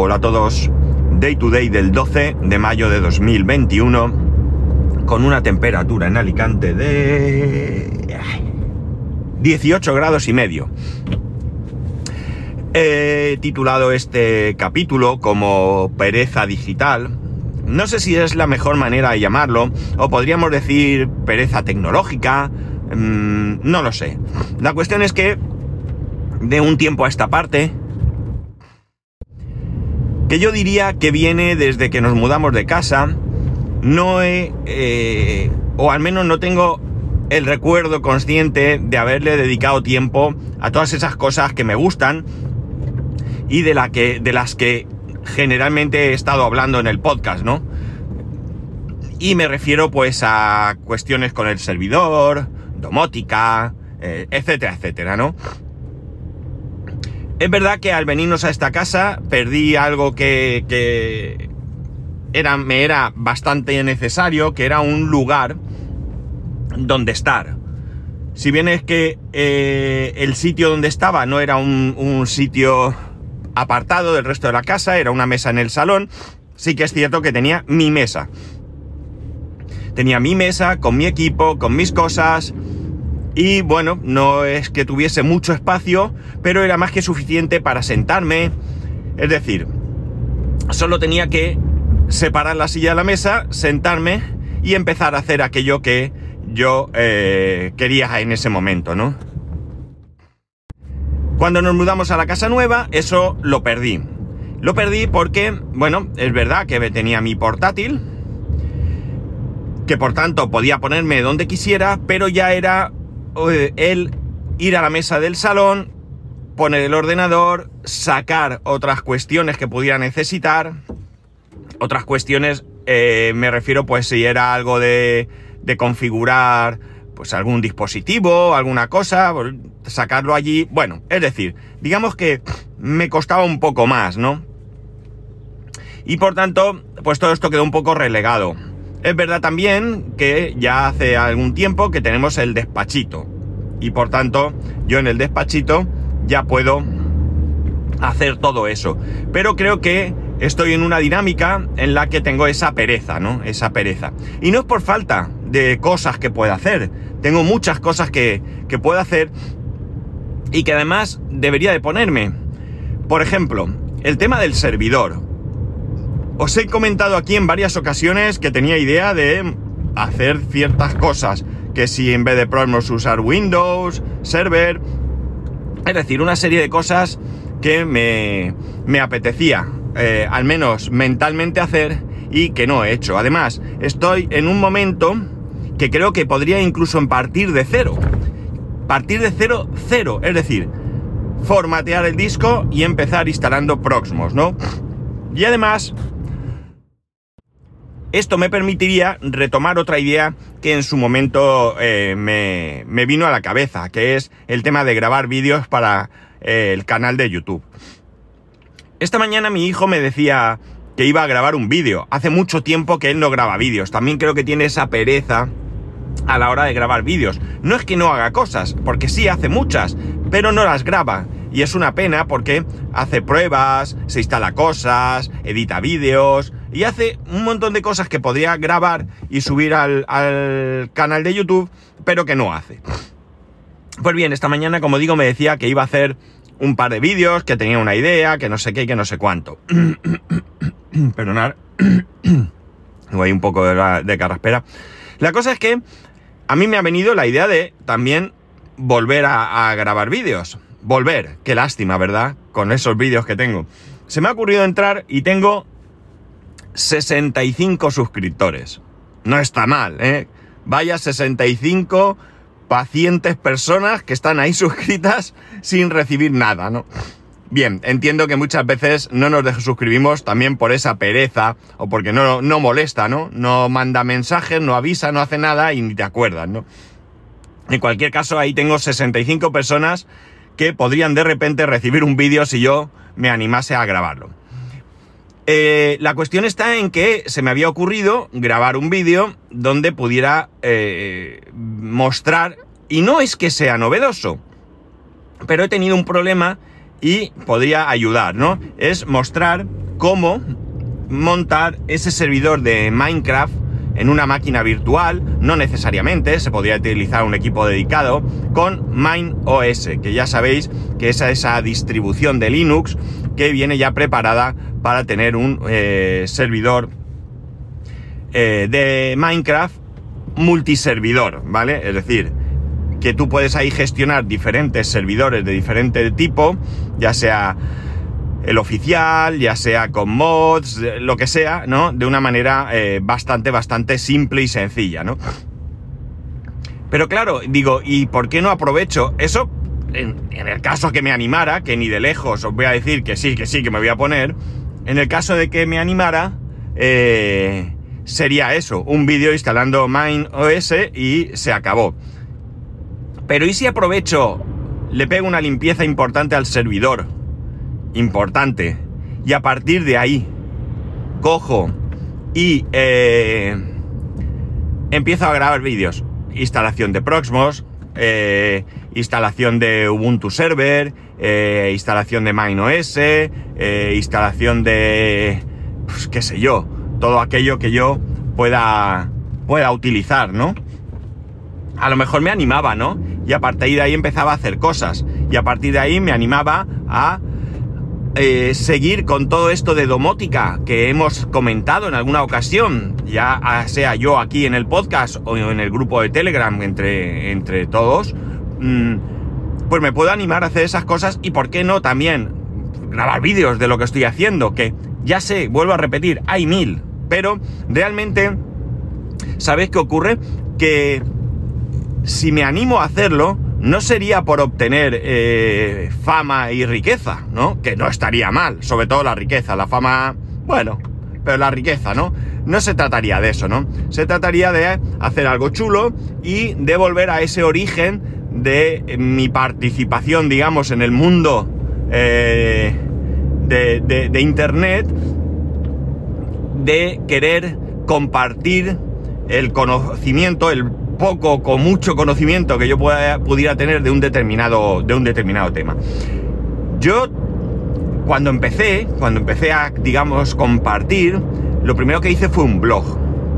Hola a todos. Day to day del 12 de mayo de 2021 con una temperatura en Alicante de 18 grados y medio. He titulado este capítulo como pereza digital. No sé si es la mejor manera de llamarlo, o podríamos decir pereza tecnológica, no lo sé. La cuestión es que de un tiempo a esta parte, que yo diría que viene desde que nos mudamos de casa, no he, o al menos no tengo el recuerdo consciente de haberle dedicado tiempo a todas esas cosas que me gustan y de las que generalmente he estado hablando en el podcast, ¿no? Y me refiero pues a cuestiones con el servidor, domótica, etcétera, etcétera, ¿no? Es verdad que al venirnos a esta casa perdí algo que me era bastante necesario, que era un lugar donde estar. Si bien es que el sitio donde estaba no era un sitio apartado del resto de la casa, era una mesa en el salón, sí que es cierto que tenía mi mesa. Tenía mi mesa con mi equipo, con mis cosas, y bueno, no es que tuviese mucho espacio, pero era más que suficiente para sentarme. Es decir, solo tenía que separar la silla de la mesa, sentarme y empezar a hacer aquello que yo quería en ese momento, ¿no? Cuando nos mudamos a la casa nueva, eso lo perdí. Lo perdí porque, bueno, es verdad que tenía mi portátil, que por tanto podía ponerme donde quisiera, pero ya era el ir a la mesa del salón, poner el ordenador, sacar otras cuestiones que pudiera necesitar. Otras cuestiones, me refiero pues si era algo de configurar pues algún dispositivo, alguna cosa, sacarlo allí. Bueno, es decir, digamos que me costaba un poco más, ¿no? Y por tanto, pues todo esto quedó un poco relegado. Es verdad también que ya hace algún tiempo que tenemos el despachito. Y por tanto, yo en el despachito ya puedo hacer todo eso. Pero creo que estoy en una dinámica en la que tengo esa pereza, ¿no? Esa pereza. Y no es por falta de cosas que pueda hacer. Tengo muchas cosas que puedo hacer y que además debería de ponerme. Por ejemplo, el tema del servidor. Os he comentado aquí en varias ocasiones que tenía idea de hacer ciertas cosas. Que si en vez de Proxmox usar Windows, Server. Es decir, una serie de cosas que me apetecía, al menos mentalmente hacer, y que no he hecho. Además, estoy en un momento que creo que podría incluso partir de cero. Partir de cero. Es decir, formatear el disco y empezar instalando Proxmox, ¿no? Y además, esto me permitiría retomar otra idea que en su momento me vino a la cabeza, que es el tema de grabar vídeos para el canal de YouTube. Esta mañana mi hijo me decía que iba a grabar un vídeo. Hace mucho tiempo que él no graba vídeos. También creo que tiene esa pereza a la hora de grabar vídeos. No es que no haga cosas, porque sí hace muchas, pero no las graba. Y es una pena porque hace pruebas, se instala cosas, edita vídeos y hace un montón de cosas que podría grabar y subir al canal de YouTube, pero que no hace. Pues bien, esta mañana, como digo, me decía que iba a hacer un par de vídeos, que tenía una idea, que no sé qué y que no sé cuánto. Perdonad, tengo ahí un poco de carraspera. La cosa es que a mí me ha venido la idea de también volver a grabar vídeos. Volver, qué lástima, ¿verdad? Con esos vídeos que tengo. Se me ha ocurrido entrar y tengo 65 suscriptores. No está mal, ¿eh? Vaya 65 pacientes personas que están ahí suscritas sin recibir nada, ¿no? Bien, entiendo que muchas veces no nos suscribimos también por esa pereza o porque no molesta, ¿no? No manda mensajes, no avisa, no hace nada y ni te acuerdas, ¿no? En cualquier caso, ahí tengo 65 personas que podrían de repente recibir un vídeo si yo me animase a grabarlo. La cuestión está en que se me había ocurrido grabar un vídeo donde pudiera mostrar, y no es que sea novedoso, pero he tenido un problema y podría ayudar, ¿no? Es mostrar cómo montar ese servidor de Minecraft en una máquina virtual. No necesariamente, se podría utilizar un equipo dedicado con MineOS, que ya sabéis que es esa distribución de Linux que viene ya preparada para tener un servidor de Minecraft multiservidor, ¿vale? Es decir, que tú puedes ahí gestionar diferentes servidores de diferente tipo, ya sea el oficial, ya sea con mods, lo que sea, ¿no? De una manera bastante simple y sencilla, ¿no? Pero claro, digo, ¿y por qué no aprovecho eso? En el caso que me animara, que ni de lejos os voy a decir que sí, que me voy a poner, en el caso de que me animara, sería eso, un vídeo instalando MineOS y se acabó. Pero ¿y si aprovecho, le pego una limpieza importante al servidor? Importante. Y a partir de ahí, cojo y empiezo a grabar vídeos. Instalación de Proxmox, instalación de Ubuntu Server, instalación de MineOS, instalación de... pues, qué sé yo, todo aquello que yo pueda utilizar, ¿no? A lo mejor me animaba, ¿no? Y a partir de ahí empezaba a hacer cosas. Y a partir de ahí me animaba a seguir con todo esto de domótica que hemos comentado en alguna ocasión, ya sea yo aquí en el podcast o en el grupo de Telegram entre todos, pues me puedo animar a hacer esas cosas y por qué no también grabar vídeos de lo que estoy haciendo, que ya sé, vuelvo a repetir, hay 1000, pero realmente, ¿sabéis qué ocurre? Que si me animo a hacerlo, no sería por obtener fama y riqueza, ¿no? Que no estaría mal, sobre todo la riqueza, la fama, bueno, pero la riqueza, ¿no? No se trataría de eso, ¿no? Se trataría de hacer algo chulo y de volver a ese origen de mi participación, digamos, en el mundo de Internet, de querer compartir el conocimiento, el poco o mucho conocimiento que yo pudiera tener de un determinado tema. Yo cuando empecé a, digamos, compartir, lo primero que hice fue un blog,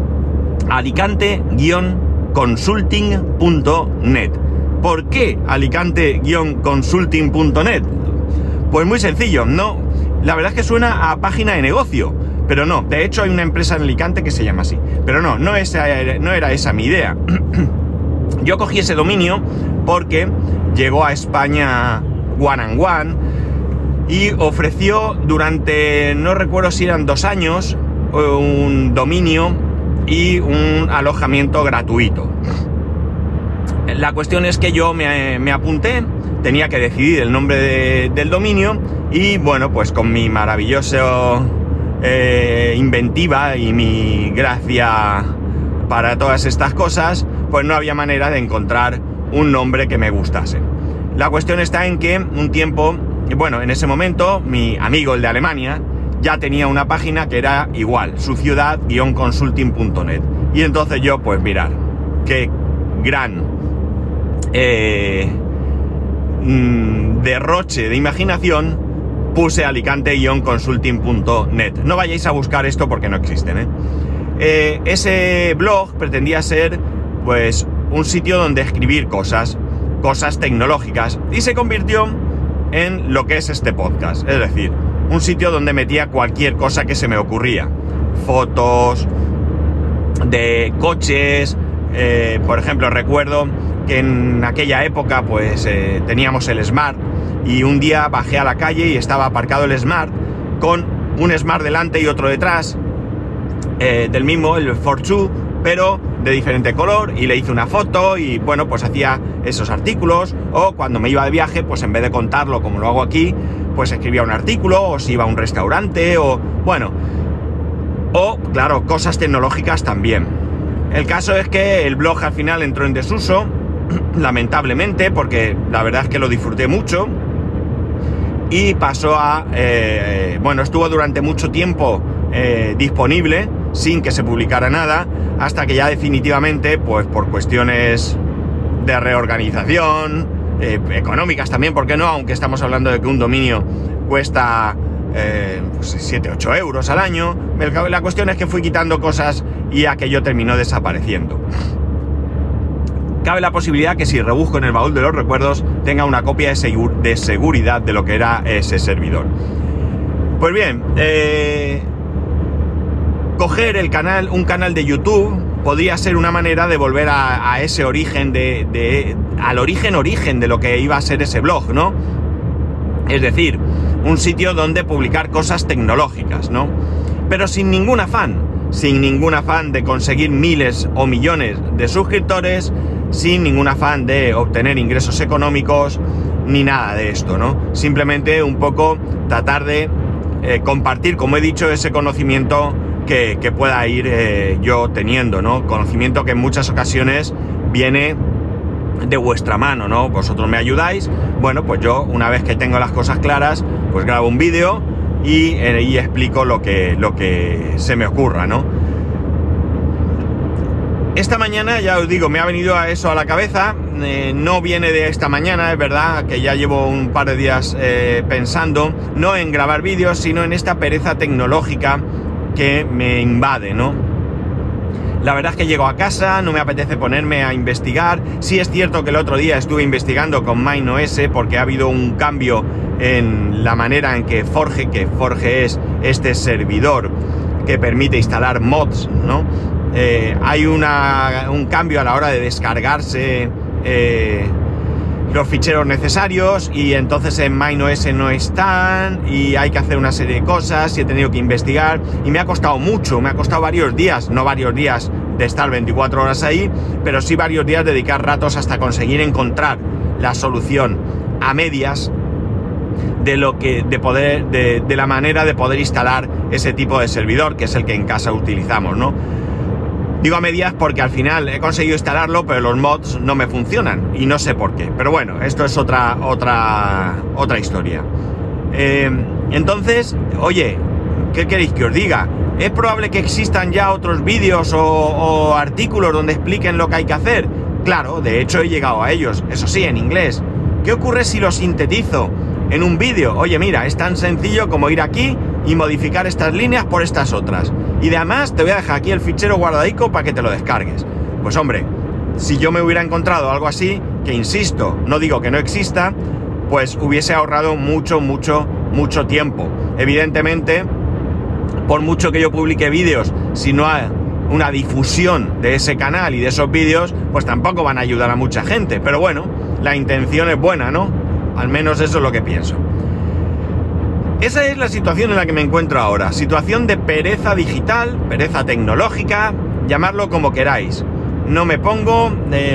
alicante-consulting.net. ¿Por qué alicante-consulting.net? Pues muy sencillo, no, la verdad es que suena a página de negocio, pero no, de hecho hay una empresa en Alicante que se llama así, pero no era esa mi idea. Yo cogí ese dominio porque llegó a España One & One y ofreció durante, no recuerdo si eran 2 años, un dominio y un alojamiento gratuito. La cuestión es que yo me apunté, tenía que decidir el nombre del dominio y bueno, pues con mi maravilloso inventiva y mi gracia para todas estas cosas, pues no había manera de encontrar un nombre que me gustase. La cuestión está en que un tiempo, bueno, en ese momento mi amigo, el de Alemania, ya tenía una página que era igual, su ciudad-consulting.net, y entonces yo, pues mirar, qué gran derroche de imaginación, puse alicante-consulting.net. No vayáis a buscar esto porque no existen, ese blog pretendía ser pues un sitio donde escribir cosas tecnológicas, y se convirtió en lo que es este podcast, es decir, un sitio donde metía cualquier cosa que se me ocurría, fotos de coches, por ejemplo, recuerdo que en aquella época pues teníamos el Smart y un día bajé a la calle y estaba aparcado el Smart con un Smart delante y otro detrás, del mismo, el Fortwo, pero de diferente color, y le hice una foto y bueno, pues hacía esos artículos. O cuando me iba de viaje, pues en vez de contarlo como lo hago aquí, pues escribía un artículo, o si iba a un restaurante, o bueno, o claro, cosas tecnológicas también. El caso es que el blog al final entró en desuso, lamentablemente, porque la verdad es que lo disfruté mucho, y pasó a bueno, estuvo durante mucho tiempo disponible sin que se publicara nada, hasta que ya definitivamente, pues por cuestiones de reorganización, económicas también, ¿por qué no? Aunque estamos hablando de que un dominio cuesta pues 7-8 euros al año. La cuestión es que fui quitando cosas y aquello terminó desapareciendo. Cabe la posibilidad que si rebusco en el baúl de los recuerdos tenga una copia de seguridad de lo que era ese servidor. Pues bien, coger un canal de YouTube podría ser una manera de volver a ese origen, al origen de lo que iba a ser ese blog, ¿no? Es decir, un sitio donde publicar cosas tecnológicas, ¿no? Pero sin ningún afán de conseguir miles o millones de suscriptores, sin ningún afán de obtener ingresos económicos, ni nada de esto, ¿no? Simplemente un poco tratar de compartir, como he dicho, ese conocimiento que pueda ir yo teniendo, ¿no? Conocimiento que en muchas ocasiones viene de vuestra mano, ¿no? Vosotros me ayudáis, bueno, pues yo una vez que tengo las cosas claras, pues grabo un vídeo y explico lo que se me ocurra, ¿no? Esta mañana, ya os digo, me ha venido a eso a la cabeza, no viene de esta mañana, es verdad que ya llevo un par de días pensando, no en grabar vídeos, sino en esta pereza tecnológica que me invade, ¿no? La verdad es que llego a casa, no me apetece ponerme a investigar. Sí es cierto que el otro día estuve investigando con MineOS porque ha habido un cambio en la manera en que Forge es este servidor que permite instalar mods, ¿no? Hay un cambio a la hora de descargarse los ficheros necesarios y entonces en MineOS no están y hay que hacer una serie de cosas y he tenido que investigar y me ha costado mucho, me ha costado varios días, no varios días de estar 24 horas ahí, pero sí varios días dedicar ratos hasta conseguir encontrar la solución a medias de la manera de poder instalar ese tipo de servidor que es el que en casa utilizamos, ¿no? Digo a medias porque al final he conseguido instalarlo, pero los mods no me funcionan y no sé por qué. Pero bueno, esto es otra historia. Entonces, oye, ¿qué queréis que os diga? ¿Es probable que existan ya otros vídeos o artículos donde expliquen lo que hay que hacer? Claro, de hecho he llegado a ellos, eso sí, en inglés. ¿Qué ocurre si lo sintetizo en un vídeo? Oye, mira, es tan sencillo como ir aquí y modificar estas líneas por estas otras. Y además te voy a dejar aquí el fichero guardadico para que te lo descargues. Pues hombre, si yo me hubiera encontrado algo así, que insisto, no digo que no exista, pues hubiese ahorrado mucho tiempo. Evidentemente, por mucho que yo publique vídeos, si no hay una difusión de ese canal y de esos vídeos, pues tampoco van a ayudar a mucha gente. Pero bueno, la intención es buena, ¿no? Al menos eso es lo que pienso. Esa es la situación en la que me encuentro ahora. Situación de pereza digital, pereza tecnológica, llamarlo como queráis. No me pongo...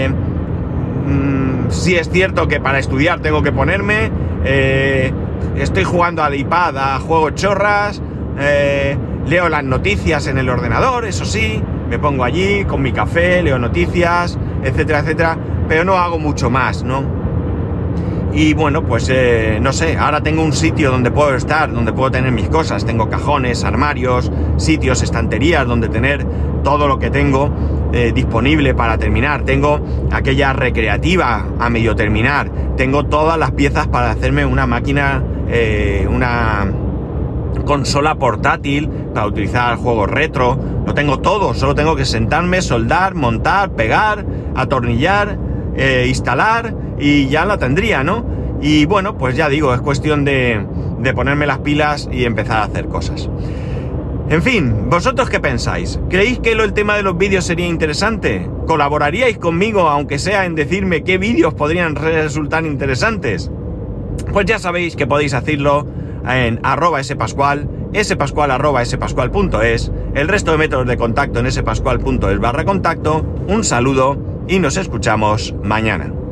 sí es cierto que para estudiar tengo que ponerme... estoy jugando al iPad a juegos chorras... leo las noticias en el ordenador, eso sí. Me pongo allí con mi café, leo noticias, etcétera, etcétera. Pero no hago mucho más, ¿no? Y bueno, pues no sé, ahora tengo un sitio donde puedo estar, donde puedo tener mis cosas. Tengo cajones, armarios, sitios, estanterías donde tener todo lo que tengo disponible para terminar. Tengo aquella recreativa a medio terminar. Tengo todas las piezas para hacerme una máquina, una consola portátil para utilizar juegos retro. Lo tengo todo, solo tengo que sentarme, soldar, montar, pegar, atornillar, instalar y ya la tendría, ¿no? Y bueno, pues ya digo, es cuestión de ponerme las pilas y empezar a hacer cosas. En fin, ¿vosotros qué pensáis? ¿Creéis que el tema de los vídeos sería interesante? ¿Colaboraríais conmigo, aunque sea en decirme qué vídeos podrían resultar interesantes? Pues ya sabéis que podéis hacerlo en @spascual, spascual@spascual.es, el resto de métodos de contacto en spascual.es/contacto. Un saludo y nos escuchamos mañana.